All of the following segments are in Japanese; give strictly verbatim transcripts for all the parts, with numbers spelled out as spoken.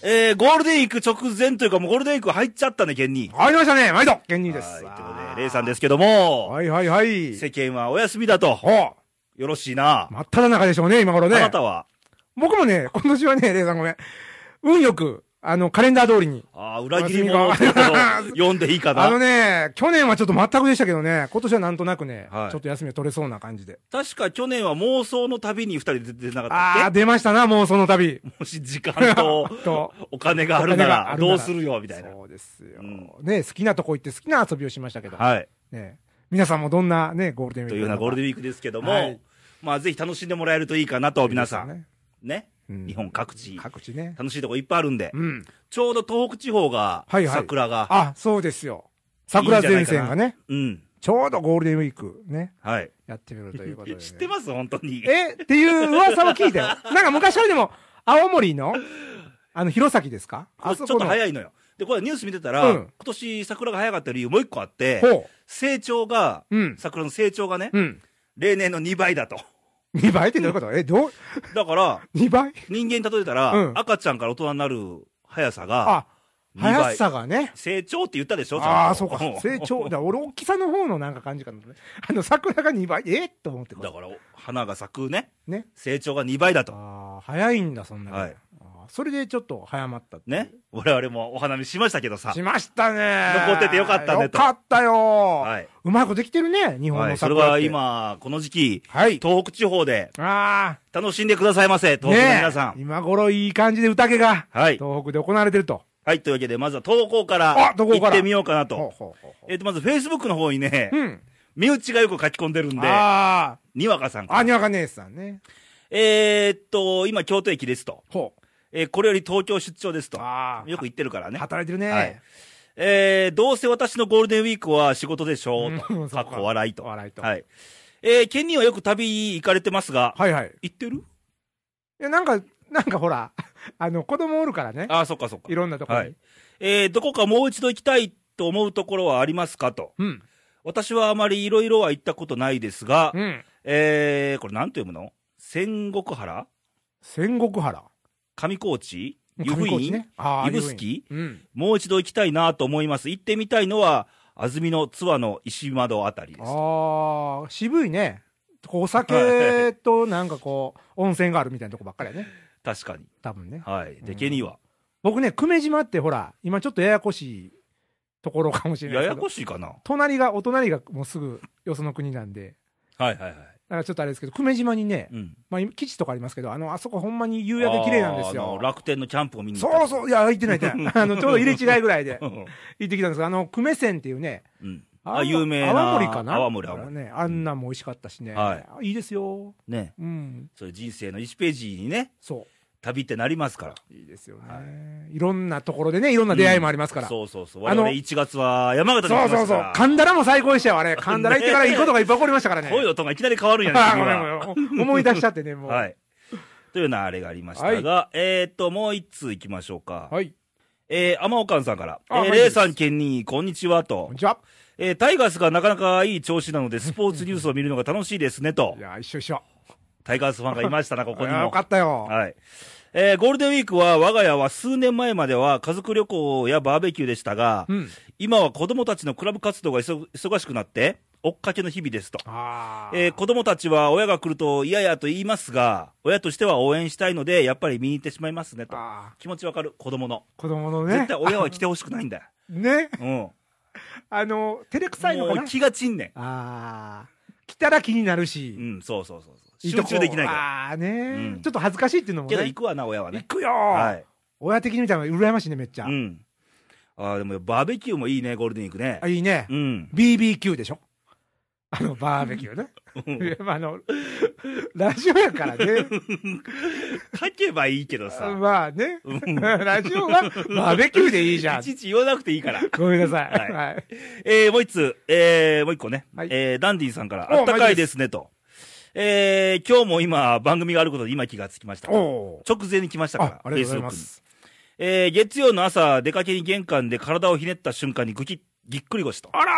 えー、ゴールデンウィーク直前というか、もうゴールデンウィーク入っちゃったね、ケンニー。 入りましたね、毎度ケンニーです。 はい、ということで、レイさんですけども、 はいはいはい。 世間はお休みだと。 およろしいな。 真っ只中でしょうね、今頃ね。 あなたは？ 僕もね、今年はね、レイさんごめん。運よく、あの、カレンダー通りに。 ああ、裏切り者を読んでいいかな。 あのね、去年はちょっと全くでしたけどね、今年はなんとなくね、はい、ちょっと休みを取れそうな感じで。 確か去年は妄想の旅に二人で出てなかったっけ？ ああ、出ましたな、妄想の旅。 もし時間とお金があるならどうするよ、みたいな。 そうですよ、うん。ね、好きなとこ行って好きな遊びをしましたけど。 はい。 ね、皆さんもどんなね、ゴールデンウィークというようなゴールデンウィークですけども、はい、まあぜひ楽しんでもらえるといいかなと、皆さん。ね。ねうん、日本各地。 各地ね。 楽しいとこいっぱいあるんで。 うん、 ちょうど東北地方が、はいはい、桜が。 あ、そうですよ。桜前線がね。 うん。 ちょうどゴールデンウィークね。 はい。 やってみるということで、ね。 知ってます本当に。 えっていう噂を聞いてよ。なんか昔はでも、青森の、あの、弘前ですか？ あそこちょっと早いのよ。で、これニュース見てたら、うん、今年桜が早かった理由もう一個あって、成長が、うん、桜の成長がね、うん、例年のにばいだと。 にばいってどういうこと？え、どうだから、 にばい人間に例えたら、うん、赤ちゃんから大人になる速さが、 あ、速さがね。 成長って言ったでしょ？ ああ、そうか。成長。だ俺、大きさの方のなんか感じかな。あの、桜がにばい、えと思ってます。 だから、花が咲くね。 ね。 成長がにばいだと。 ああ、早いんだ、そんなに。はい。それでちょっと早まったね。我々もお花見しましたけどさ。 しましたね。 残っててよかったねと。 よかったよ。はい。うまくできてるね、日本の桜って。 それは今、この時期、はい。東北地方で、ああ。楽しんでくださいませ、東北の皆さん。 今頃いい感じで宴が、はい。東北で行われてると。 はい。というわけで、まずは投稿から行ってみようかなと。えっと、まず、Facebook の方にね、うん。身内がよく書き込んでるんで、ああ。にわかさんから。 あ、にわか姉さんね。 えっと、今、京都駅ですと。ほう。えー、これより東京出張ですと。ああ。よく言ってるからね。 働いてるね。 はい。えー、どうせ私のゴールデンウィークは仕事でしょうと。かっこ笑いと。 笑いと。 はい。えー、ケンニーはよく旅行かれてますが。 はいはい。 行ってる？ いや、なんか、なんかほら、あの、子供おるからね。 ああ、そっかそっか。 いろんなところに。はい。 えー、どこかもう一度行きたいと思うところはありますかと。うん。私はあまりいろいろは行ったことないですが、うん。えー、これなんて読むの？仙石原？ 仙石原。 上高地？湯布院、ね、指宿、うん、もう一度行きたいなと思います。行ってみたいのは、安曇野津和の石窓あたりです。 ああ、渋いね。お酒となんかこう、温泉があるみたいなとこばっかりやね。 確かに。 多分ね。 はい。で、ケニーは、うん、 僕ね、久米島ってほら、今ちょっとややこしいところかもしれないですけど。 ややこしいかな。 隣が、お隣がもうすぐよその国なんで。 はいはいはい。 だからちょっとあれですけど、久米島にね、うん、まあ、基地とかありますけど、あの、あそこほんまに夕焼け綺麗なんですよ。 あの楽天のキャンプを見に行った。 そうそう、いや、行ってない行ってない。あの、ちょうど入れ違いぐらいで行ってきたんですが、あの、久米線っていうね、うん、 あ、有名な。 泡盛かな泡盛、泡盛。 ね、あんなんも美味しかったしね。はい。いいですよ。 ね。うん。それ人生のいちページにね、そう。旅ってなりますから。 いいですよね、はい。いろんなところでね、いろんな出会いもありますから。 うん、そうそうそう。我々いちがつは山形に行きましたから。そうそうそう。 神田らも最高でしたよ、あれ。神田ら行ってからいいことがいっぱい起こりましたからね。 声のトーンがいきなり変わるんやね。 ごめんごめん。思い出しちゃってね、もう。 はい。というようなあれがありましたが、はい、えっと、もう一通行きましょうか。はい。えー、天岡さんから。えー、レイさん、ケンニー、こんにちはと。 こんにちは。 えー、タイガースがなかなかいい調子なので、スポーツニュースを見るのが楽しいですねと。 いや、一緒一緒。 タイガースファンがいましたな、ここにも。 よかったよ。 はい。えー、ゴールデンウィークは我が家は数年前までは家族旅行やバーベキューでしたが、うん、今は子供たちのクラブ活動が忙しくなって、追っかけの日々ですと。えー、子供たちは親が来ると嫌やと言いますが、親としては応援したいので、やっぱり見に行ってしまいますねと。気持ちわかる、子供の。 子供のね。 絶対親は来てほしくないんだよ。 ね。うん。あの、照れくさいのかな。 もう気がちんねん。 ああ。来たら気になるし。 うん、そうそうそう。集中できないから。 ああね、うん、ちょっと恥ずかしいっていうのもね。 けど行くわな、親はね。 行くよ、はい、親的に見たら羨ましいね、めっちゃ。うん。 ああ、でもバーベキューもいいね、ゴールデンウィークね。 あ、いいね。うん。ビービーキュー でしょ、あの、バーベキューね。あの、ラジオやからね。 書けばいいけどさ。 まあね。ラジオはバーベキューでいいじゃん。 いちいち言わなくていいから。 ごめんなさい。 はい。えー、もう一つ、えー、もう一個ね。はい、えー、ダンディさんから、あったかいですねと。えー、今日も今、番組があることで今気がつきました。直前に来ましたから。 ありがとうございます。 えー、月曜の朝、出かけに玄関で体をひねった瞬間にぐき、ぎっくり腰と。 あら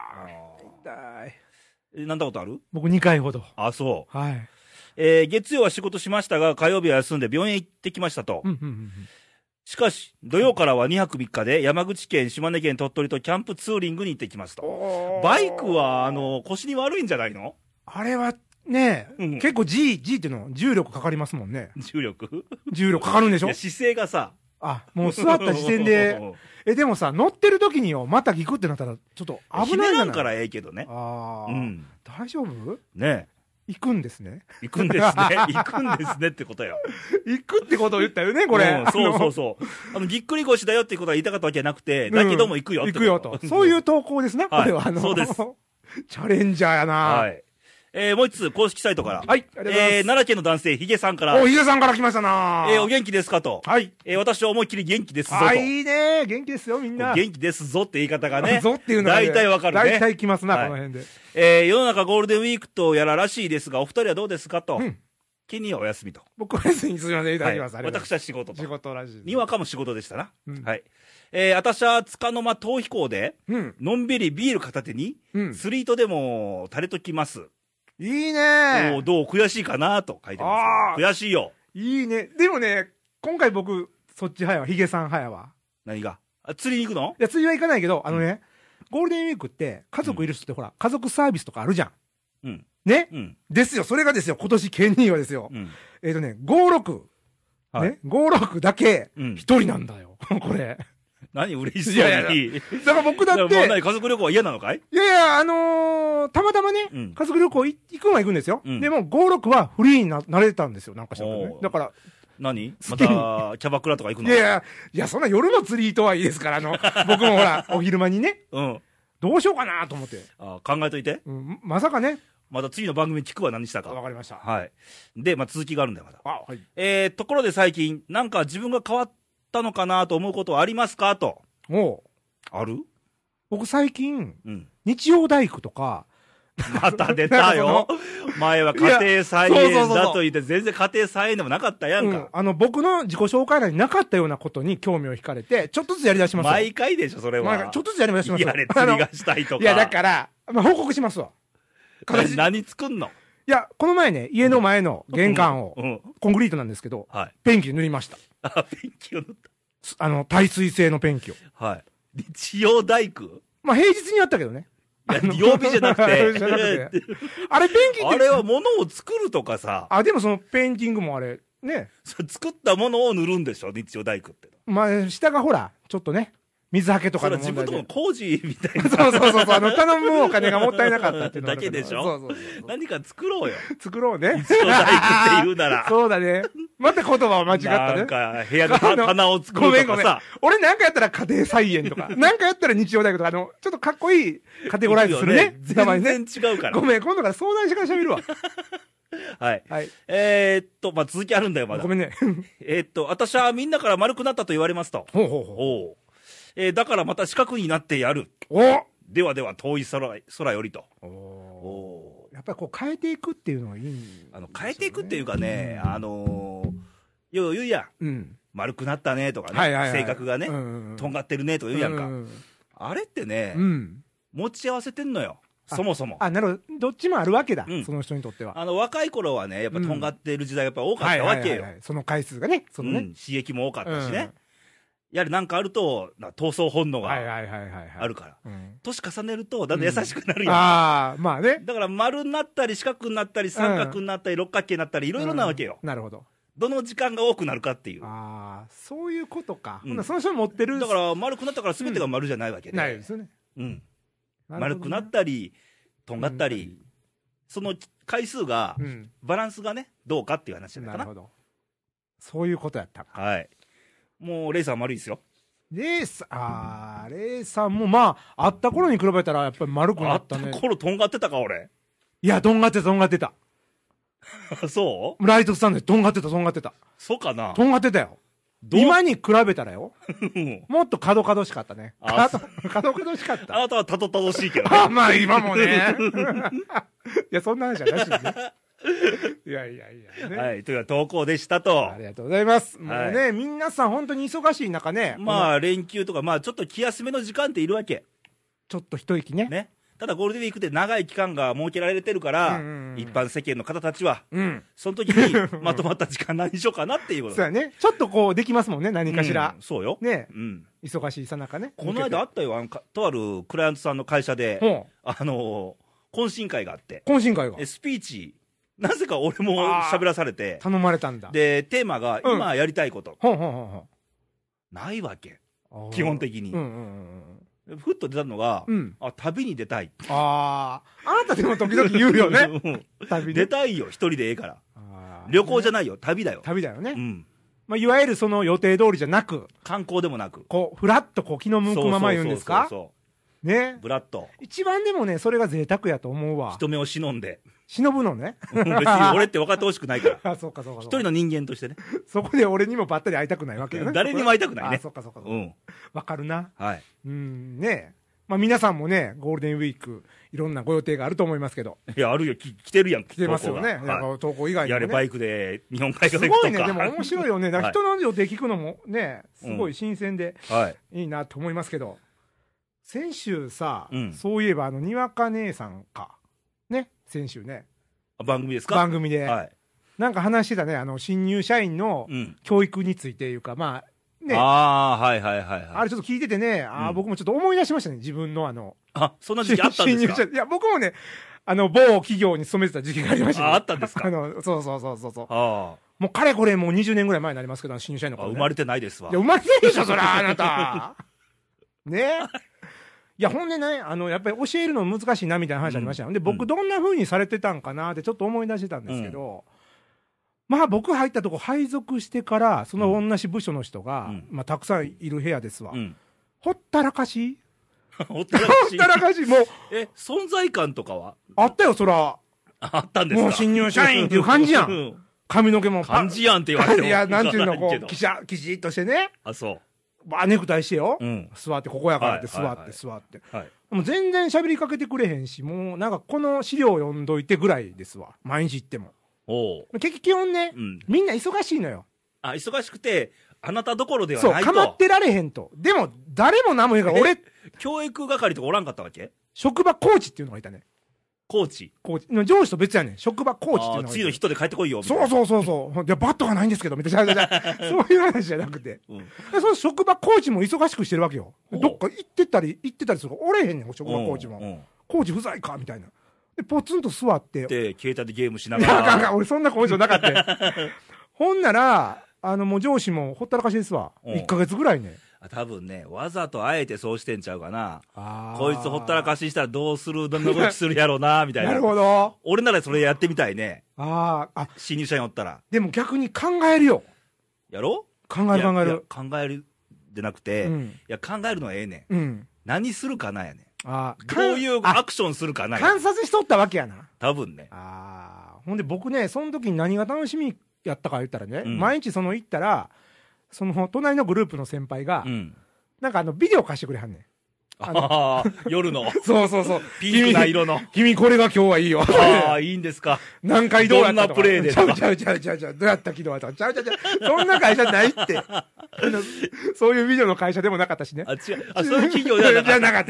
ー痛い。なんだことある？ 僕にかいほど。 あ、そう。 はい。 えー、月曜は仕事しましたが、火曜日は休んで病院へ行ってきましたと。 しかし、土曜からはにはくみっかで山口県、島根県、鳥取とキャンプツーリングに行ってきますと。バイクは、あの、腰に悪いんじゃないの？ あれは、ねえ、うん、結構 G、G っていうの、重力かかりますもんね。 重力重力かかるんでしょ？いや、 姿勢がさ。 あ、もう座った時点で、え、でもさ、乗ってる時によ、また行くってなったら、ちょっと危ないじゃない？ ひねらんからええけどね。 ああ、うん、大丈夫？ ねえ。 行くんですね。 行くんですね。行くんですねってことよ。 行くってことを言ったよね、これ。 うん、そうそうそう。あの、ぎっくり腰だよっていうことは言いたかったわけじゃなくて、だけども行くよって、 うん。行くよと。そういう投稿ですね、これは。あの、 そうです。 チャレンジャーやな。 はい。えー、もう一つ、公式サイトから。 はい。ありがとうございます。 えー、奈良県の男性、ヒゲさんから。 お、ヒゲさんから来ましたな。 えー、お元気ですかと。 はい。 えー、私は思いっきり元気ですぞと。 あ、いいね。元気ですよ、みんな。 元気ですぞって言い方がね。 ぞっていうのが、 大体わかるね。 大体来ますな、はい、この辺で。 えー、世の中ゴールデンウィークとやららしいですが、お二人はどうですかと。うん。ケニーはお休みと。 僕はお休みにすみません、いただきます。 はい、私は仕事と。 仕事らしい。 にわかも仕事でしたな。うん、はい。えー、私は束の間逃避行で、うん、のんびりビール片手に、うん、スリートでも垂れときます。 いいね。 おどう悔しいかなと書いてます。悔しいよ。 いいね。でもね、今回僕、そっち派やわ。ヒゲさん派やわ。 何が？あ、釣りに行くの？ いや、釣りは行かないけど、あのね、うん、ゴールデンウィークって、家族いる人ってほら、うん、家族サービスとかあるじゃん。うん。ね、うん、ですよ。それがですよ。今年、ケニーはですよ。うん、えっ、ー、とね、ごじゅうろく。はい、ね。ごじゅうろくだけ、一人なんだよ。これ。 何嬉しそうに。いやいやいやだから僕だって。 もう何家族旅行は嫌なのかい？ いやいや、あのー、たまたまね、うん、家族旅行行くのは行くんですよ。うん、でも、ごじゅうろくはフリーに な, なれたんですよ。なんかしたね。だから。 何また、キャバクラとか行くの？ いやいや、いや、そんな夜の釣りとはいいですから、あの、僕もほら、お昼間にね。うん。どうしようかなと思って。 あ考えといて。 うん。まさかね。 また次の番組聞くわ何したか。 わかりました。 はい。で、まあ、続きがあるんだよ、まだ。 あ、はい。 えー、ところで最近、なんか自分が変わったのかなと思うことはありますかと。 おう。 ある？ 僕最近、うん、日曜大工とか、 また出たよ。前は家庭菜園だと言って全然家庭菜園でもなかったやんか。うん、 あの、僕の自己紹介欄になかったようなことに興味を惹かれて、ちょっとずつやり出しますよ。 毎回でしょ、それは。 ちょっとずつやり出しますよ。 やれ、釣りがしたいとか。 いや、だから、まあ、報告しますわ。 何作んの？ いや、この前ね、家の前の玄関を、コンクリートなんですけど、はい、ペンキで塗りました。 あ、ペンキを塗った。 あの、耐水性のペンキを。 はい。日曜大工？ まあ、平日にやったけどね。 いや、曜日じゃなくて。あれ、ペンキって。 あれは物を作るとかさ。 あ、でもそのペインティングもあれ、ね。 作ったものを塗るんでしょ、日曜大工って。 まあ、下がほら、ちょっとね、水はけとかの問題で。 自分とこの工事みたいな。 そうそうそうそう、あの、頼むお金がもったいなかったっていうのだけでしょ。そうそうそう。何か作ろうよ。 作ろうね。 日曜大工って言うなら。 そうだね。また言葉を間違ったね。 なんか、部屋の棚を作るとかさ。ごめんごめん。 俺なんかやったら家庭菜園とか、なんかやったら日曜大工とか、あの、ちょっとかっこいいカテゴライズするね。 全然違うから。 ごめん、今度から相談してから喋るわ。 はい。はい。えー、っと、まあ、続きあるんだよ、まだ。 ごめんね。 えーっと、私はみんなから丸くなったと言われますと。 ほうほうほう。 おう。えー、だからまた四角になってやる。 おではでは遠い空、空よりと。 おお。やっぱりこう変えていくっていうのがいいんですよね。 あの、変えていくっていうかね、うん、あのー、よう言うやん。うん。丸くなったねとかね。はいはいはい、性格がね、うんうん、とんがってるねとか言うやんか。うんうん、あれってね、うん、持ち合わせてんのよ。そもそも。 あ、なるほど。どっちもあるわけだ。うん、その人にとっては。 あの、若い頃はね、やっぱとんがってる時代がやっぱ多かったわけよ。 その回数がね。そのね、うん。 刺激も多かったしね。うん、やはりなんかあると、闘争本能があるから。年重ねると、だんだん優しくなるやん。 うん、ああ、まあね。 だから丸になったり、四角になったり、三角になったり、六角形になったり、いろいろなわけよ。 うん、なるほど。 どの時間が多くなるかっていう。 ああ、そういうことか。うん、その人持ってる。 だから丸くなったから全てが丸じゃないわけで。 ないですよね。 うん。丸くなったり、とんがったり、うん、その回数が、うん、バランスがね、どうかっていう話じゃないかな。なるほど。 そういうことやったか。 はい。もう、レイさん丸いですよ。 レイさん、あー、レイさんもまあ、あった頃に比べたらやっぱり丸くなったね。 あった頃とんがってたか、俺。 いや、とんがってた、とんがってた。 そうライトスタンドでとんがってた、とんがってた。 そうかな。 とんがってたよ。今に比べたらよ。もっと角々しかったね。角々しかった。 あなたはたどたどしいけどね。あ、まあ今もね。いや、そんな話はなしにね。いやいやいや、ね。 はい。という投稿でしたと。 ありがとうございます。もうね、はい、皆さん本当に忙しい中ね。 まあ連休とか、まあちょっと気休めの時間っているわけ。 ちょっと一息ね。 ね。 ただゴールデンウィークで長い期間が設けられてるから、うんうんうん、一般世間の方たちは、うん、その時にまとまった時間何しようかなっていうことそうやね。ちょっっとこうできますもんね、何かしら。 うん、そうよ。 ね、うん、忙しいさなかね。 この間あったよ、あのとあるクライアントさんの会社で、あの懇親会があって。 懇親会が。 スピーチ、なぜか俺も喋らされて。 頼まれたんだ。 で、テーマが、今やりたいこと。 うん、ほんほんほんほん。 ないわけ。基本的に。うんうんうん、ふっと出たのが、うん、あ、旅に出たい。 ああ、あなたでも時々言うよね。 旅出たいよ、一人でええから。旅行じゃないよ、旅だよ。 旅だよね。うん。まあ、いわゆるその予定通りじゃなく。 観光でもなく。 こう、ふらっとこう気の向くまま言うんですか？そうそうそうそう。ね。 ぶらっと。 一番でもね、それが贅沢やと思うわ。 人目を忍んで。 忍ぶのね。 別に俺って分かってほしくないから。 あ、そうかそうか。 一人の人間としてね。 そこで俺にもばったり会いたくないわけよね。 誰にも会いたくないね。 あ、そうかそうか。うん。わかるな。 はい。 うん、ねえ。まあ皆さんもね、ゴールデンウィーク、いろんなご予定があると思いますけど。 いや、あるよ。き来てるやん。 来てますよね。投稿以外にも、ね。 やれバイクで日本海側行くとか。 すごいね。でも面白いよね。人の予定聞くのもね、すごい新鮮で、いいなと思いますけど。先週さ、そういえばあの、にわか姉さんか。ね。先週ね。 番組ですか？ 番組で。はい。なんか話してたね。あの、新入社員の教育についていうか、まあ、ね、 ああ、はいはいはい、はい。 あれちょっと聞いててね、あ、うん、僕もちょっと思い出しましたね、自分のあの。 あ、そんな時期あったんですか？ いや、僕もね、あの、某企業に勤めてた時期がありました、ね。 あ、あったんですか？ あの、そうそうそうそうそう。あもうかれこれもうにじゅうねんぐらい前になりますけど、新入社員の子、ね。 生まれてないですわ。 いや、生まれてるでしょ、そら、あなた。ね。いや、ほんでね、あの、やっぱり教えるの難しいなみたいな話ありましたよ。うん、で、僕どんな風にされてたんかなってちょっと思い出してたんですけど、うんまあ僕入ったとこ配属してから、その同じ部署の人が、うん、まあたくさんいる部屋ですわ。うん、ほったらかしほったらかしほったらかしもう。 え、存在感とかはあったよ、そら。 あったんですか？ もう新入社員っていう感じやん。髪の毛も感じやんって言われても。 いや、なんていうの、こう、きしゃ、きしっとしてね。 あ、そう。 まあ、ネクタイしてよ。うん、座って、ここやからって座って、座って。はい。もう全然喋りかけてくれへんし、もうなんかこの資料読んどいてぐらいですわ。毎日行っても。お結局基本ね、うん、みんな忙しいのよ。 あ、忙しくて、あなたどころではないと。 そう、かまってられへんと。でも、誰も何も言うから、俺。 教育係とかおらんかったわけ？ 職場コーチっていうのがいたね。 コーチコーチ。上司と別やねん。職場コーチっていうのがいた。 次の人で帰ってこいよ。 そうそうそうそう。いや、バットがないんですけど、みたいな。そういう話じゃなくて。うん、その職場コーチも忙しくしてるわけよ。どっか行ってたり、行ってたりするから、おれへんねん、職場コーチも。コーチ不在かみたいな。で、ポツンと座って。 で、携帯でゲームしながら。 いや、あかん俺そんな根性なかったよ。ほんなら、あの、もう上司もほったらかしですわ。いっかげつぐらいね。 多分ね、わざとあえてそうしてんちゃうかな。こいつほったらかししたらどうする、どんな動きするやろうな、みたいな。 なるほど。 俺ならそれやってみたいね。 ああ。 新入社員おったら。 でも逆に考えるよ。 やろ？ 考える考える。 考えるじゃなくて、うん、いや、考えるのはええねん。うん、何するかなやねん。ああ、どういうアクションするかな。 観察しとったわけやな。 多分ね。 ああ。ほんで僕ね、その時に何が楽しみやったか言ったらね、うん、毎日その行ったら、その隣のグループの先輩が、うん、なんかあのビデオ貸してくれはんねん。 ああ、夜の。 そうそうそう。 ピンクな色の。 君これが今日はいいよ。 ああ、いいんですか。 何回どうやったどんなプレイで。 ちゃうちゃうちゃうちゃうちゃう。どうやった昨日はとか。ちゃうちゃうちゃう。そんな会社ないって。そういうビデオの会社でもなかったしね。 あ、違う。あ、そういう企業じゃなかった。 じゃなかった。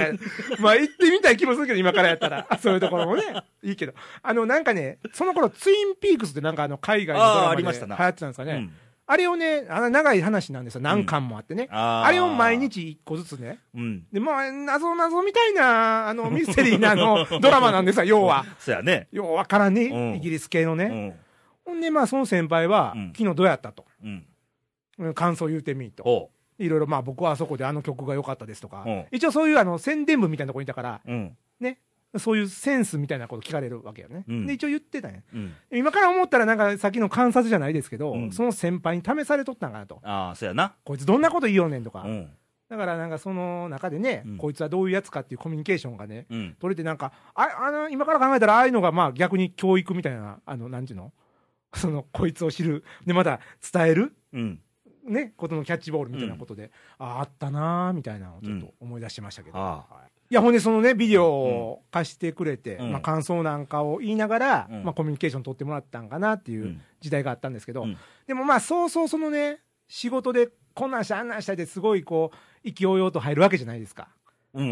まあ行ってみたい気もするけど、今からやったら。そういうところもね。いいけど。あの、なんかね、その頃ツインピークスってなんかあの、海外のドラマで流行ってたんですかね。あれをね、あの長い話なんですよ。何巻もあってね。うん、あ, あれを毎日一個ずつね。うん、で、まあ、謎謎みたいな、あの、ミステリーなあの、ドラマなんですよ、要は。 そうやね。 要はからんね、うん、イギリス系のね。うん、ほんで、まあ、その先輩は、うん、昨日どうやったと。うん、感想言うてみと。いろいろ、まあ、僕はあそこであの曲が良かったですとか。一応そういうあの、宣伝部みたいなとこにいたから、うん、ね。そういうセンスみたいなこと聞かれるわけよね。うん、で、一応言ってたんや、うん。今から思ったらなんかさっきの観察じゃないですけど、うん、その先輩に試されとったんかなと。 ああ、そうやな。 こいつどんなこと言いようねんとか。うん、だからなんかその中でね、うん、こいつはどういうやつかっていうコミュニケーションがね、うん、取れてなんか、あ、あの、今から考えたらああいうのがまあ逆に教育みたいな、あの、なんていうのその、こいつを知る。で、また伝える。うんね、ことのキャッチボールみたいなことで、うん、ああ、あったなーみたいなのをちょっと思い出しましたけど。うんはいいや、ほんでそのね、ビデオを貸してくれて、うん、まあ感想なんかを言いながら、うん、まあコミュニケーション取ってもらったんかなっていう時代があったんですけど、うん、でもまあそうそうそのね、仕事でこんなんしたあんなんしたいですごいこう、意気揚々と入るわけじゃないですか。 うん。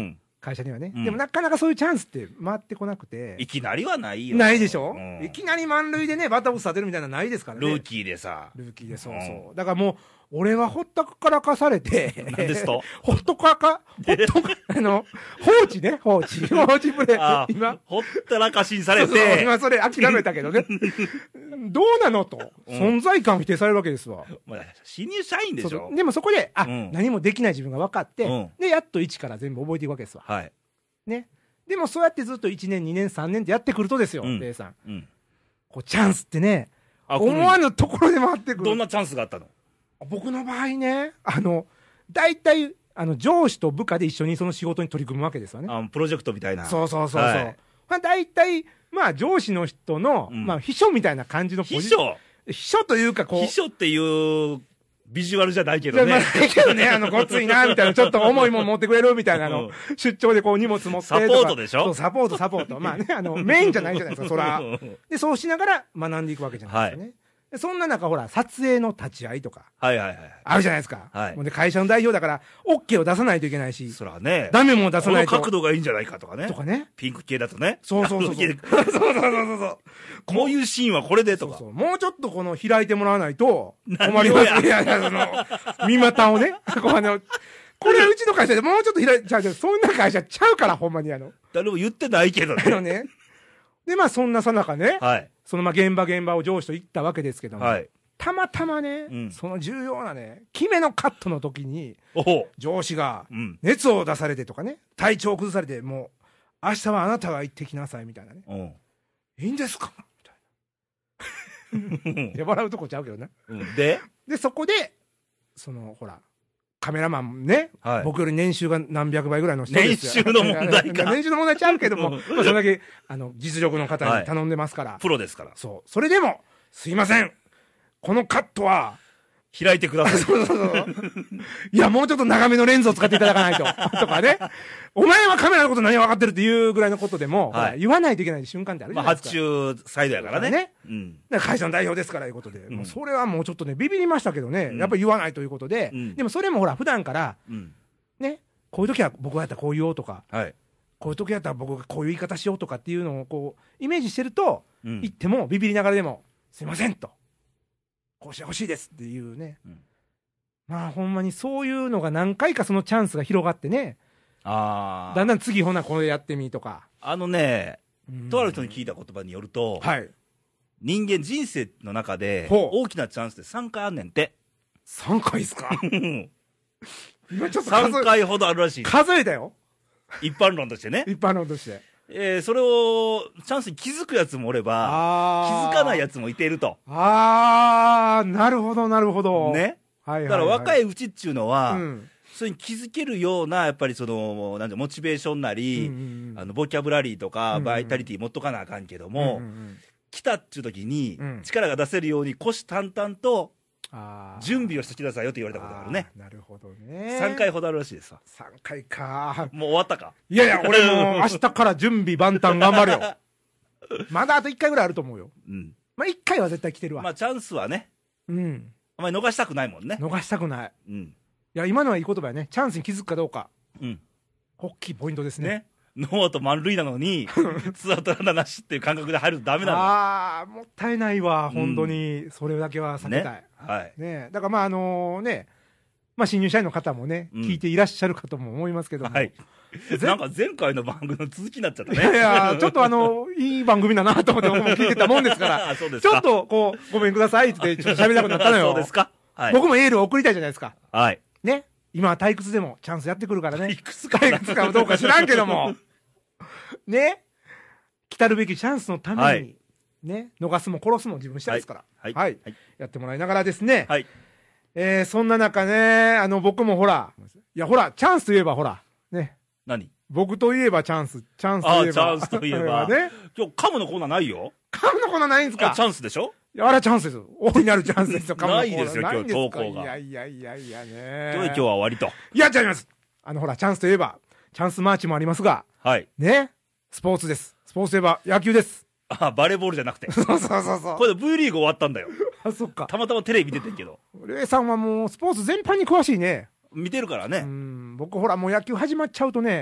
会社にはね、うん、でもなかなかそういうチャンスって回ってこなくて、 いきなりはないよ。 ないでしょ、うん、いきなり満塁でね、バッターボックス立てるみたいなのないですからね、 ルーキーでさ、 ルーキーで、そうそう、うん、だからもう、俺はほったからかされて、 なんですとほっとからか、ほっとか、あの、放置ね、放置、放置プレー、今、 ほったらかしにされて、 そうそう今、それ諦めたけどね、どうなのと、うん、存在感を否定されるわけですわ。 まあ、新入社員でしょ。 そうそうでもそこで、あ、うん、何もできない自分が分かって、うん、で、やっと一から全部覚えていくわけですわ。 はい。 ね。でもそうやってずっといちねん、にねん、さんねんってやってくるとですよ、レイ、うん、さん、うん。こう、チャンスってね、思わぬところで回ってくる。 どんなチャンスがあったの？ 僕の場合ね、あの、大体、あの、上司と部下で一緒にその仕事に取り組むわけですよね。 あ、プロジェクトみたいな。 そうそうそうそう。はい、まあ、大体、まあ、上司の人の、うん、まあ、秘書みたいな感じのポジション。秘書秘書というか、こう。 秘書っていう、ビジュアルじゃないけどね。 じゃないけどね、あの、ごついな、みたいな、ちょっと重いもん持ってくれるみたいなの、出張でこう荷物持ってとか。 サポートでしょ？ そう、サポート、サポート。まあね、あの、メインじゃないじゃないですか、そら。で、そうしながら学んでいくわけじゃないですかね。はい、そんな中、ほら、撮影の立ち会いとか。 はいはいはい。 あるじゃないですか。はい。もうで、会社の代表だから、OK を出さないといけないし。 そらね。 ダメも出さないと。 この角度がいいんじゃないかとかね。 とかね。 ピンク系だとね。 そうそうそうそう。そうそうそうそう。 こういうシーンはこれでとか。 そうそう。もうちょっとこの開いてもらわないと、困ります。いやいや、その、見股をね。こうあの、これはうちの会社でもうちょっと開いて、ちゃうちゃう、そんな会社ちゃうから、ほんまにあの。 誰も言ってないけどね。 あのね。で、まあそんなさなかね。 はい。 そのまあ現場現場を上司と行ったわけですけども。 はい。 たまたまね、うん、その重要なね、決めのカットの時に、上司が熱を出されてとかね、体調を崩されて、もう、明日はあなたが行ってきなさいみたいなね。いいんですかみたいな。いや、笑うとこちゃうけどね。 うん、でで、そこで、その、ほら、カメラマンね、はい、僕より年収が何百倍ぐらいの人ですよ。年収の問題か。 年収の問題ちゃうけども、まあ、それだけ、あの、実力の方に頼んでますから。はい、 プロですから。 そう。それでも、すいません。このカットは、 開いてください。 そうそうそう。いや、もうちょっと長めのレンズを使っていただかないと。とかね。お前はカメラのこと何分かってるっていうぐらいのことでも、はい、言わないといけない瞬間ってあるじゃないですか。 まあ、発注サイドやからね。ね。 うん。だから会社の代表ですからいうことで、うん、もうそれはもうちょっとね、ビビりましたけどね、うん、やっぱり言わないということで、うん、でもそれもほら、普段から、うん、ね、こういう時は僕がやったらこう言おうとか、はい、こういう時やったら僕がこういう言い方しようとかっていうのをこう、イメージしてると、うん、言ってもビビりながらでも、すいませんと。こうしてほしいですっていうね、うん、まあほんまにそういうのが何回かそのチャンスが広がってね、あだんだん次ほなこれやってみとか、 あのね、とある人に聞いた言葉によると、はい、人間人生の中で大きなチャンスってさんかいあんねんって。 さんかいっすか？ 今ちょっとさんかいほどあるらしい。 数えたよ、 一般論としてね。 一般論としてえー、それをチャンスに気づくやつもおれば、気づかないやつもいていると。 あー、なるほど、なるほど。 ね。はいはいはい、だから若いうちっていうのは、うん、それに気づけるような、やっぱりその、なんてモチベーションなり、うんうんうん、あの、ボキャブラリーとか、うんうん、バイタリティ持っとかなあかんけども、うんうんうん、来たっていう時に、力が出せるように、虎視眈々と、準備をしてくださいよって言われたことがあるね。 なるほどね。 さんかいほどあるらしいですわ。 さんかいか。 もう終わったか。 いやいや、俺も明日から準備万端頑張るよ。まだあといっかいぐらいあると思うよ。うん。まあいっかいは絶対来てるわ。 まあチャンスはね。うん。あまり逃したくないもんね。 逃したくない。うん。いや、今のはいい言葉やね。チャンスに気づくかどうか。うん。大きいポイントですね。ね。 ノーアウト満塁なのに、ツーアウトランナーなしっていう感覚で入るとダメなの。 ああ、もったいないわ、本当に。うん、それだけは避けたい。ね。はい。ね。だからまああのね、まあ新入社員の方もね、うん、聞いていらっしゃるかとも思いますけども。はい。 なんか前回の番組の続きになっちゃったね。 いやいや、ちょっとあの、いい番組だなと思って僕も聞いてたもんですから、そうですか。ちょっとこう、ごめんくださいってちょっと喋りたくなったのよ。 そうですか。 はい。僕もエールを送りたいじゃないですか。 はい。 ね。今は退屈でもチャンスやってくるからね。 退屈か。 退屈かどうか知らんけども。ね。来たるべきチャンスのために、はい、ね。逃すも殺すも自分したいですから。はい。はい。はい、やってもらいながらですね。はい。えー、そんな中ね、あの、僕もほら、いやほら、チャンスといえばほら、ね。 何僕といえばチャンス。チャンスといえば。あ、 チャンスといえば。ね。今日カムのコーナーないよ。 カムのコーナーないんですか？ チャンスでしょ？ いや、あれはチャンスですよ。大いなるチャンスですよ、カムのコーナー。 ないですよ、今日投稿が。 いやいやいやいやね。 今日は終わりと。 いや、違います。あの、ほら、チャンスといえば、チャンスマーチもありますが、はい。ね。スポーツです。スポーツといえば野球です。 あ、バレーボールじゃなくて。 そうそうそうそう。 これで V リーグ終わったんだよ。 あ、そっか。 たまたまテレビ出てるけど。 レイさんはもうスポーツ全般に詳しいね。 見てるからね。うん。僕ほらもう野球始まっちゃうとね、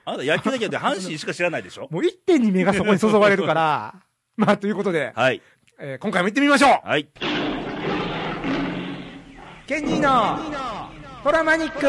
あなた野球だけで阪神しか知らないでしょ。 もう一点に目がそこに注がれるから。まあ、ということで、 はい。 えー、今回も行ってみましょう。 はい。 ケンニーのトラマニック。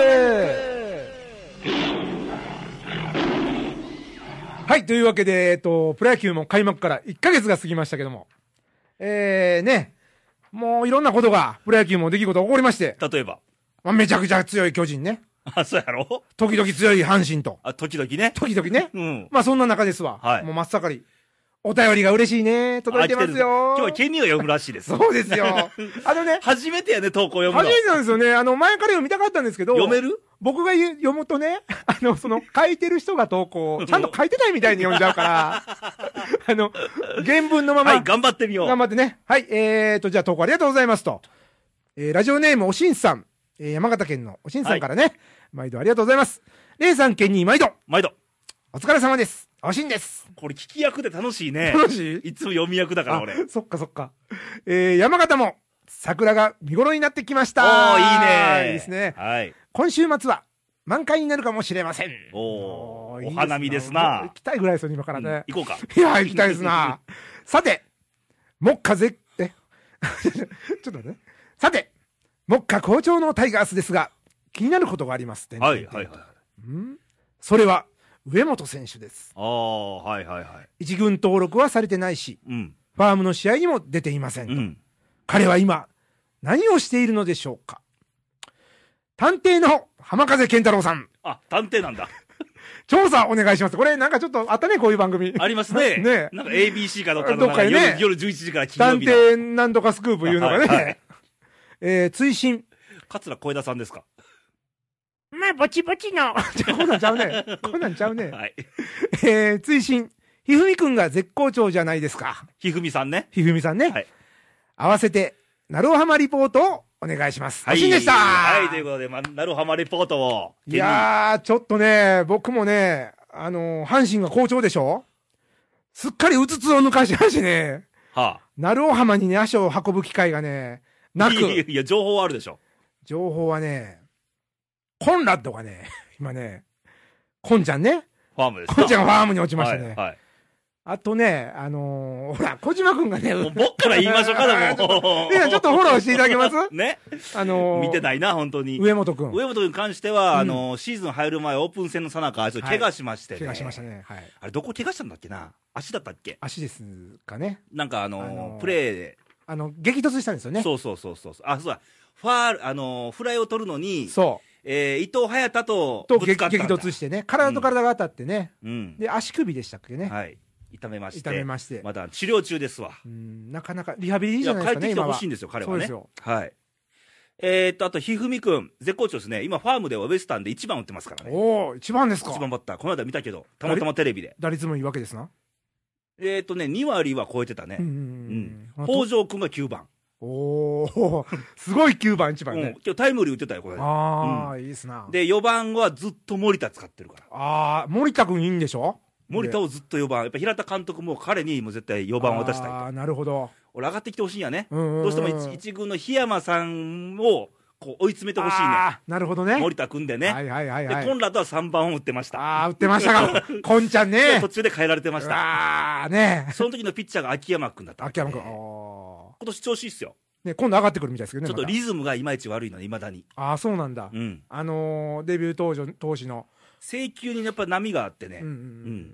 はい、というわけで、えっと、プロ野球も開幕からいっかげつが過ぎましたけども、えー、ね、もういろんなことが、プロ野球も出来事起こりまして。 例えば。 まあ、めちゃくちゃ強い巨人ね。 あ、そうやろ。 時々強い阪神と。 あ、時々ね。 時々ね。 うん。 まあ、そんな中ですわ。 はい。 もう真っ盛り。お便りが嬉しいね。届いてますよ。 今日はケニーを読むらしいです。 そうですよ。あのね。 初めてやね、投稿読むの。 初めてなんですよね。あの、前から読みたかったんですけど。 読める？ 僕が読むとね、あの、その、書いてる人が投稿、ちゃんと書いてないみたいに読んじゃうから、あの、原文のまま。 はい、頑張ってみよう。 頑張ってね。はい、えーと、じゃあ投稿ありがとうございますと。えー、ラジオネームおしんさん。えー、山形県のおしんさんからね。はい、毎度ありがとうございます。レイさん、ケニー、毎度。 毎度。 お疲れ様です。おしんです。 これ聞き役で楽しいね。 楽しい？ いつも読み役だから俺。 そっかそっか。えー、山形も桜が見頃になってきました。 おー、いいね。 いいですね。 はい。 今週末は満開になるかもしれません。 おー、お花見ですな。 行きたいぐらいですよ、今からね。 うん、行こうか。 いや、行きたいですな。さて、目下ぜ、えちょっと待ってね。さて、目下好調のタイガースですが、気になることがあります。 はいはいはい。 んそれは、上本選手です。 ああ、はいはいはい。 一軍登録はされてないし、うん、ファームの試合にも出ていませんと、うん。彼は今、何をしているのでしょうか。探偵の浜風健太郎さん。 あ、探偵なんだ。 調査お願いします。これなんかちょっとあったね、こういう番組。 ありますね。 ね。 なんか エービーシー かどっかのどっかにね夜、夜じゅういちじから金曜日の。 探偵なんとかスクープいうのがね。はいはい、えー、追伸。 桂小枝さんですか。 まあ、ぼちぼちの。こんなんちゃうね。こんなんちゃうね。 はい。 えー、追伸。ひふみくんが絶好調じゃないですか。 ひふみさんね。 ひふみさんね。はい。合わせて、なるおはまリポートをお願いします。 はい。 おしんでした。 はい、ということで、ま、なるおはまリポートを。 いやー、ちょっとね、僕もね、あのー、阪神が好調でしょ？すっかりうつつを抜かしましてね。はあ。なるお浜にね、足を運ぶ機会がね、なく。 いやいやいや、情報はあるでしょ。 情報はね、コンラッドがね、今ね、コンちゃんね。 ファームです。 コンちゃんがファームに落ちましたね。 はい。はい、 あとね、あのー、ほら、小島くんがね、 もう僕から言いましょうか、でも。 いや、ちょっとフォローしていただけますね。 あのー、 見てないな、本当に。 上本くん。 上本くんに関しては、うん、あのー、シーズン入る前、オープン戦のさなか、あいつ怪我しましてね。 怪我しましたね。はい。 あれ、どこ怪我したんだっけな？足だったっけ？ 足ですかね。 なんかあのーあのー、プレーで。 あの、激突したんですよね。 そうそうそうそう。あ、そうだ。ファール、あのー、フライを取るのに、 そう。 えー、伊藤隼太とと激突してね、体と体が当たってね、 うん、 で足首でしたっけね、 はい、痛めまして、 痛めまして、 まだ治療中ですわ、 うん、なかなかリハビリじゃないですかね、 帰ってきてほしいんですよ、彼はね。 そうですよ、 はい、えー、っと、あと、ひふみくん、絶好調ですね、今、ファームではウエスタンでいちばん打ってますからね。 おお、いちばんですか。 いちばんバッター、この間見たけど、たまたまテレビで。 打率もいいわけですな。 えー、っとね、に割は超えてたね、北条くんがきゅうばん。 おお、すごいきゅうばん、いちばんね、うん。 今日タイムリー打ってたよ、これ。 ああ、うん、いいですな。 で、よばんはずっと森田使ってるから。 ああ、森田君いいんでしょ？ 森田をずっとよばん。やっぱ平田監督も彼にも絶対よばんを渡したいと。 ああ、なるほど。 俺上がってきてほしいんやね。 うんうんうん、 どうしても一一軍の檜山さんをこう追い詰めてほしいね。ああ、なるほどね。 森田君でね。 はいはいはいはい。 で、コンラッドはさんばんを打ってました。 ああ、打ってましたか。コンちゃんね。 途中で変えられてました。 ああ、ね。 その時のピッチャーが秋山君だった、ね。 秋山君。 今年調子いいっすよ。 ね、今度上がってくるみたいですけどね。 ちょっとリズムがいまいち悪いので、いまだに。 ああ、そうなんだ。うん。あのー、デビュー当時、当時の。 制球にやっぱ波があってね。うん、うん。うん。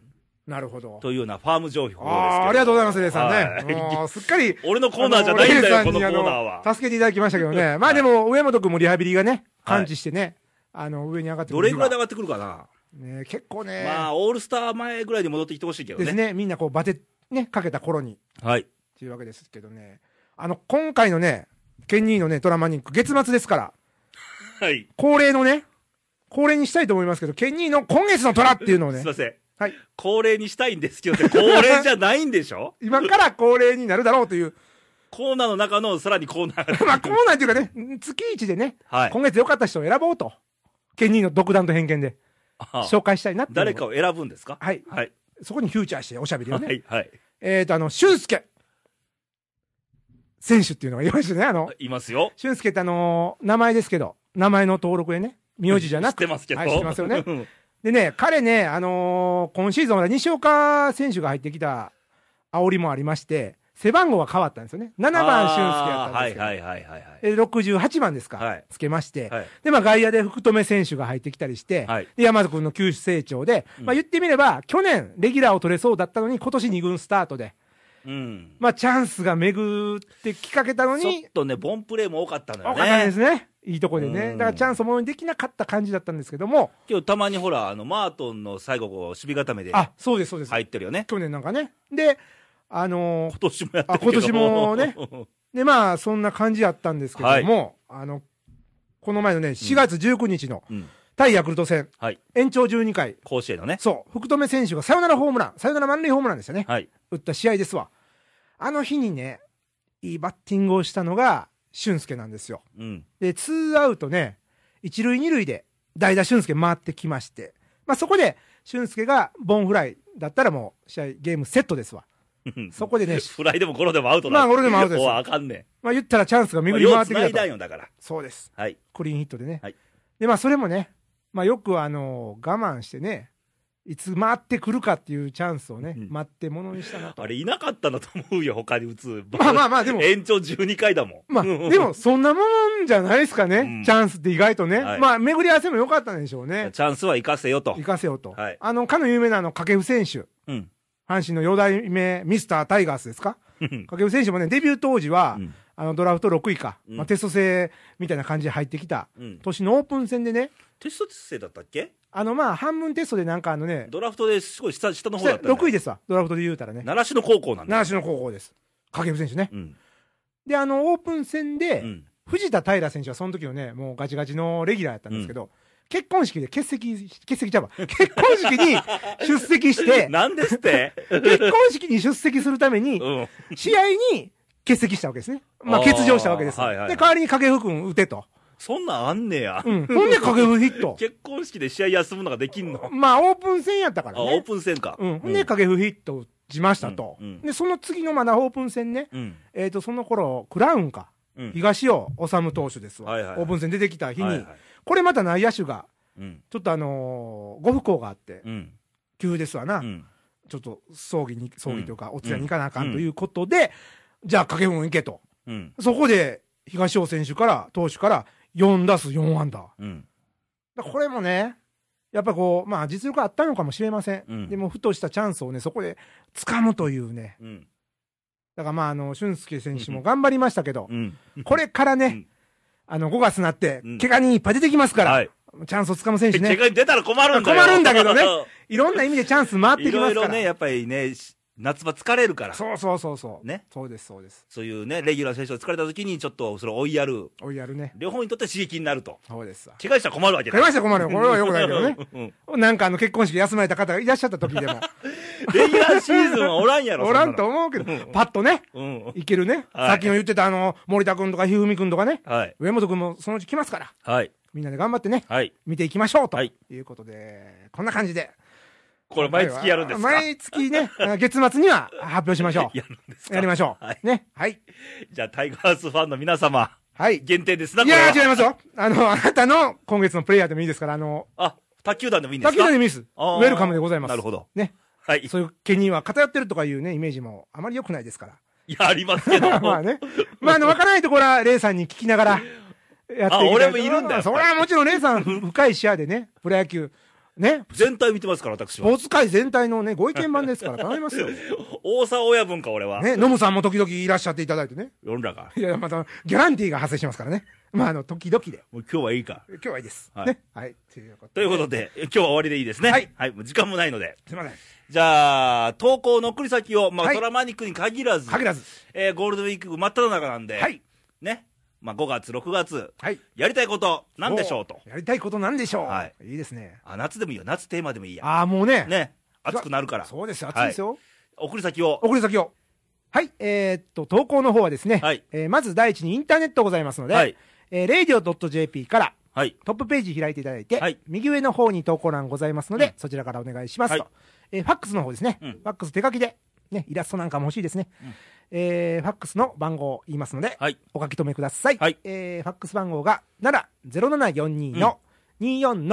なるほど。 というようなファーム情報ですけど。 ああ、ありがとうございます、レイさんね。もうすっかり。 俺のコーナーじゃないんだよ、このコーナーは。 助けていただきましたけどね。まあでも、上本君もリハビリがね、感知してね、あの、上に上がってくる。 どれぐらいで上がってくるかな。 ね、結構ね。 まあ、オールスター前ぐらいに戻ってきてほしいけどね。 ですね。みんなこう、バテ、ね、かけた頃に。 はい。 っていうわけですけどね。あの、今回のね、ケンニーのね、トラマニック、月末ですから。 はい。 恒例のね、恒例にしたいと思いますけど、ケンニーの今月のトラっていうのをね。 すいません。 はい。 恒例にしたいんですけど、恒例じゃないんでしょ今から恒例になるだろうという。 コーナーの中のさらにコーナーが。 まあコーナーっていうかね、月一でね、はい、今月良かった人を選ぼうと。ケンニーの独断と偏見で。紹介したいなって。 誰かを選ぶんですか？ はい。はい。そこにフューチャーしておしゃべりをね。 はい。はい。 えっと、あの、俊介選手っていうのがいましたね、あの。 いますよ。 俊介ってあの、名前ですけど、名前の登録でね、名字じゃなくて。 知ってますけど。 はい、知ってますよね。 でね、彼ね、あのー、今シーズンは西岡選手が入ってきた煽りもありまして、背番号は変わったんですよね。ななばん俊介やったんですけど。はいはいはいはい、はい。ろくじゅうはちばんですか。はい、つけまして。はい、で、まあ外野で福留選手が入ってきたりして、はい、で、山田君の球種成長で、うん、まあ言ってみれば、去年レギュラーを取れそうだったのに、今年に軍スタートで。うん、まあチャンスが巡ってきかけたのに。 ちょっとね、ボンプレーも多かったのよね。 多かったですね。いいとこでね。だからチャンスものにできなかった感じだったんですけども。 今日たまにほら、あの、マートンの最後、守備固めで。 あ、そうですそうです。 入ってるよね。 去年なんかね。で、あのー、 今年もやってるけど。 今年もね。で、まあ、そんな感じやったんですけども、はい、あの、この前のね、しがつじゅうくにちの、対ヤクルト戦、はい、延長じゅうにかい。 甲子園のね。 そう、福留選手がサヨナラホームラン、サヨナラ満塁ホームランでしたね。はい、打った試合ですわ。あの日にね、いいバッティングをしたのが、俊介なんですよ。うん、で、ツーアウトね、一塁二塁で代打俊介回ってきまして、まあそこで俊介がボンフライだったらもう試合、ゲームセットですわ。そこでね、 フライでもゴロでもアウトだ。 まあゴロでもアウトです。 おあかんねん。 まあ言ったらチャンスが巡り回ってきたと。 まあ、よう繋いだんよだから。 そうです。 はい。 クリーンヒットでね。 はい。 で、まあそれもね、まあよくあの、我慢してね、いつ回ってくるかっていうチャンスをね、うん、待ってものにしたなと。 あれいなかったんだと思うよ、他に打つ。 まあまあまあでも。 延長じゅうにかいだもん。まあ、でもそんなもんじゃないですかね。うん、チャンスって意外とね。はい、まあ巡り合わせも良かったんでしょうね。 チャンスは生かせよと。 生かせよと。はい、あの、かの有名なあの、掛布選手。うん。阪神のよん代目ミスタータイガースですか掛布選手もね、デビュー当時は、うん、あの、ドラフトろくいか。うん、まあ、テスト制みたいな感じで入ってきた。うん、年のオープン戦でね。 テスト制だったっけあの、まあ、半分テストでなんかあのね。 ドラフトですごい下、下の方だった、ね。 ろくいですわ。ドラフトで言うたらね。 習志野高校なんだ。 習志野高校です。掛布選手ね。うん、で、あの、オープン戦で、うん、藤田平選手はその時のね、もうガチガチのレギュラーやったんですけど、うん、結婚式で欠席、欠席ちゃうわ。結婚式に出席して、 なんですって結婚式に出席するために、うん、試合に欠席したわけですね。まあ、欠場したわけです。はいはいはい、で、代わりに掛布君打てと。 そんなんあんねや。 うん。ほんで掛布ヒット。 結婚式で試合休むのができんの？ まあ、オープン戦やったからね。 あ、オープン戦か。 うん。ほんで掛布ヒット打ちましたと。うんうん、で、その次のまだオープン戦ね。うん、えっ、ー、と、その頃、クラウンか。うん、東尾治投手ですわ、はいはいはい。オープン戦出てきた日に、はいはい、これまた内野手が、うん、ちょっとあのー、ご不幸があって、うん、急ですわな。うん、ちょっと葬儀に、葬儀というか、お通夜に行かなあかんということで、うん、じゃあ掛布君行けと。うん、そこで、東尾選手から、投手から、よん打数よん安打。うん、だこれもね、やっぱこう、まあ実力あったのかもしれません。うん、でも、ふとしたチャンスをね、そこで掴むというね。うん、だからまあ、あの、俊介選手も頑張りましたけど、うん、これからね、うん、あの、ごがつになって、怪我人いっぱい出てきますから、はい、チャンスを掴む選手ね。 怪我に出たら困るんだよ。 困るんだけどね。いろんな意味でチャンス回ってきますから。いろいろね、やっぱりね、夏場疲れるから。 そうそうそうそう。 ね。 そうです、そうです。 そういうね、レギュラー選手が疲れた時に、ちょっとそれを追いやる。 追いやるね。 両方にとって刺激になると。 そうですわ。 怪我したら困るわけだ。 怪我したら困るよ。これはよくないけどね。うん、なんかあの結婚式休まれた方がいらっしゃった時でも。 レギュラーシーズンはおらんやろ。 おらんと思うけど、パッとね、うん、いけるね。はい、さっきの言ってたあの、森田君とかひふみ君とかね。はい。上本君もそのうち来ますから。はい。みんなで頑張ってね。はい。見ていきましょうと。はい。いうことで、こんな感じで。 これ毎月やるんですか？ 毎月ね、月末には発表しましょう。やるんですか？やりましょう。はい。ね。はい。 じゃあ、タイガースファンの皆様。 はい。 限定ですな、 いやー、違いますよ。あの、あなたの今月のプレイヤーでもいいですから、あの、 あ、卓球団でもいいんですか？ 卓球団でもいいです。ウェルカムでございます。 なるほど。 ね。はい。そういう毛には偏ってるとかいうね、イメージもあまり良くないですから。 いや、ありますけど。 まあね。まあ、あの、わからないところは、レイさんに聞きながら、やっていきたい。あ、 俺もいるんだよ。 それはもちろんレイさん、深い視野でね、プロ野球、ね。 全体見てますから、私は。 スポーツ界全体のね、ご意見番ですから、頼みますよ。 大沢親分か、俺は。 ね、ノムさんも時々いらっしゃっていただいてね。 世の中。 いや、また、ギャランティーが発生しますからね。まあ、あの、時々で。 もう今日はいいか。 今日はいいです。はい。ね。はい。 ということで、今日は終わりでいいですね。はい。はい。もう時間もないので。 すいません。 じゃあ、投稿の送り先を、まあ、トラマニックに限らず。 限らず。 えー、ゴールデンウィーク真っ只中なんで。はい。ね。まあ、ごがつ、ろくがつ、はい、やりたいこと、なんでしょうと。 やりたいことなんでしょう。はい。いいですね。 あ、夏でもいいよ。夏テーマでもいいや。 ああ、もうね。 ね。暑くなるから。 そうですよ。暑いですよ。はい、 送り先を。 送り先を。はい。えー、っと、投稿の方はですね。はい。えー、まず第一にインターネットございますので。はい。えー、レイディオ ドットジェーピー から。はい。トップページ開いていただいて。はい。右上の方に投稿欄ございますので、うん、そちらからお願いしますと。はい、えー、ファックスの方ですね。うん。ファックス手書きで。ね、イラストなんかも欲しいですね。うん、えー、ファックスの番号を言いますので、はい、お書き留めください。はい、えー、ファックス番号がなな ゼロななよんに の にーよん の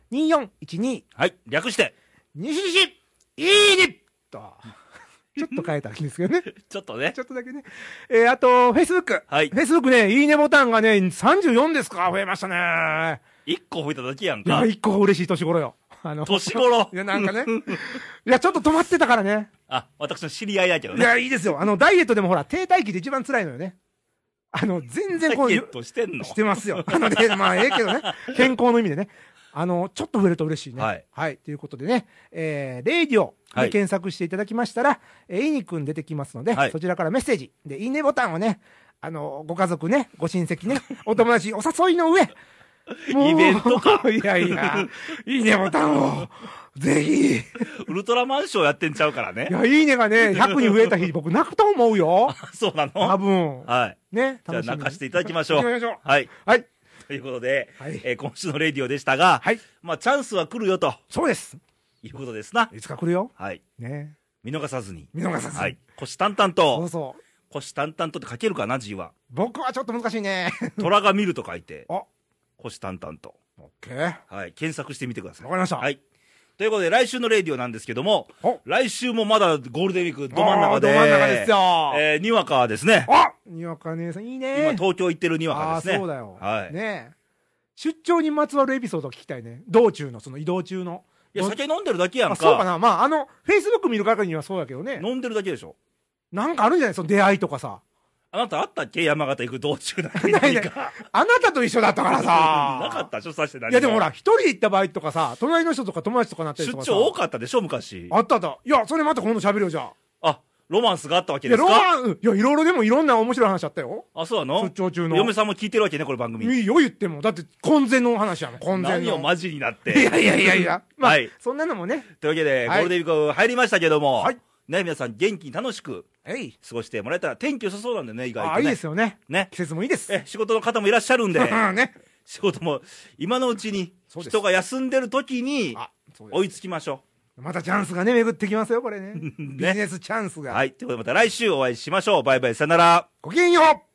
にーよんいちに。 はい。略して。 西西、いいねと。ちょっと変えたらいいんですけどね。 ちょっとね。 ちょっとだけね。えー、あと、Facebook。 はい。 Facebook ね、いいねボタンがね、さんじゅうよんですか。増えましたね。 いっこ増えただけやんか。いや、いっこ嬉しい年頃よ。 あの、年頃いや、なんかね。いや、ちょっと止まってたからね。 あ、私の知り合いだけどね。 いや、いいですよ。あの、ダイエットでもほら、停滞期で一番辛いのよね。あの、全然こう。 ダイエットしてんのしてますよ。あのね、まあ、ええけどね。健康の意味でね。あの、ちょっと増えると嬉しいね。はい。はい。ということでね、えー、レイディオで検索していただきましたら、はい、えー、いにくん出てきますので、はい、そちらからメッセージ。で、いいねボタンをね、あの、ご家族ね、ご親戚ね、お友達、お誘いの上、 イベントか。 いやいや、いいねボタンを、ぜひ。 ウルトラマンショーやってんちゃうからね。 いや、いいねがね、ひゃくにん増えた日、僕泣くと思うよ。 そうなの多分。 はい。 ね。 じゃあ泣かせていただきましょう。 行きましょう。 はい。 はい。 ということで、はい、えー、今週のレディオでしたが、はい。まあ、チャンスは来るよと。 そうです。 いうことですな。 いつか来るよ。 はい。 ね。 見逃さずに。 見逃さずに。 はい。虎視眈々と。 そうそう。 虎視眈々とって書けるかな、字は。 僕はちょっと難しいね。 虎が見ると書いて。 あ。 虎視眈々と。 オッケー。 はい。検索してみてください。 わかりました。 はい。ということで、来週のレディオなんですけども、来週もまだゴールデンウィークど真ん中で、 ど真ん中ですよ。 えー、にわかですね。 あにわか姉さん、いいね。 今、東京行ってるにわかですね。 あ、そうだよ。 はい。 ね出張にまつわるエピソードを聞きたいね。道中の、その移動中の。 いや、酒飲んでるだけやんか。 そうかな。まあ、あの、フェイスブック見る限りにはそうだけどね。 飲んでるだけでしょ。 なんかあるんじゃないその出会いとかさ。 あなたあったっけ山形行く道中なんて何か。 あなたと一緒だったからさ。 なかった所作して何いやでもほら、一人で行った場合とかさ、隣の人とか友達とかなったりとか出張多かったでしょ、昔。 あったあった。いや、それまた今度喋るよ、じゃあ。あ、ロマンスがあったわけですか。 いや、ロマン、いや、いろいろでもいろんな面白い話あったよ。 あ、そうなの出張中の。 嫁さんも聞いてるわけね、これ番組。 いいよ、言っても。だって、婚前の話やもん、婚前の。 何をマジになって。 いやいやいやいや。まあ、はい、そんなのもね。 というわけで、ゴールデンウィーク入りましたけども。 はい。 ね、皆さん元気に楽しく過ごしてもらえたら、天気良さそうなんでね、意外とね。 あ、いいですよね。 ね。 季節もいいです。 え、仕事の方もいらっしゃるんで、 ね、 仕事も今のうちに、人が休んでる時に追いつきましょう。またチャンスがね、巡ってきますよ、これね。ねビジネスチャンスが。 はい。ということで、また来週お会いしましょう。バイバイ、さよなら。 ごきげんよう。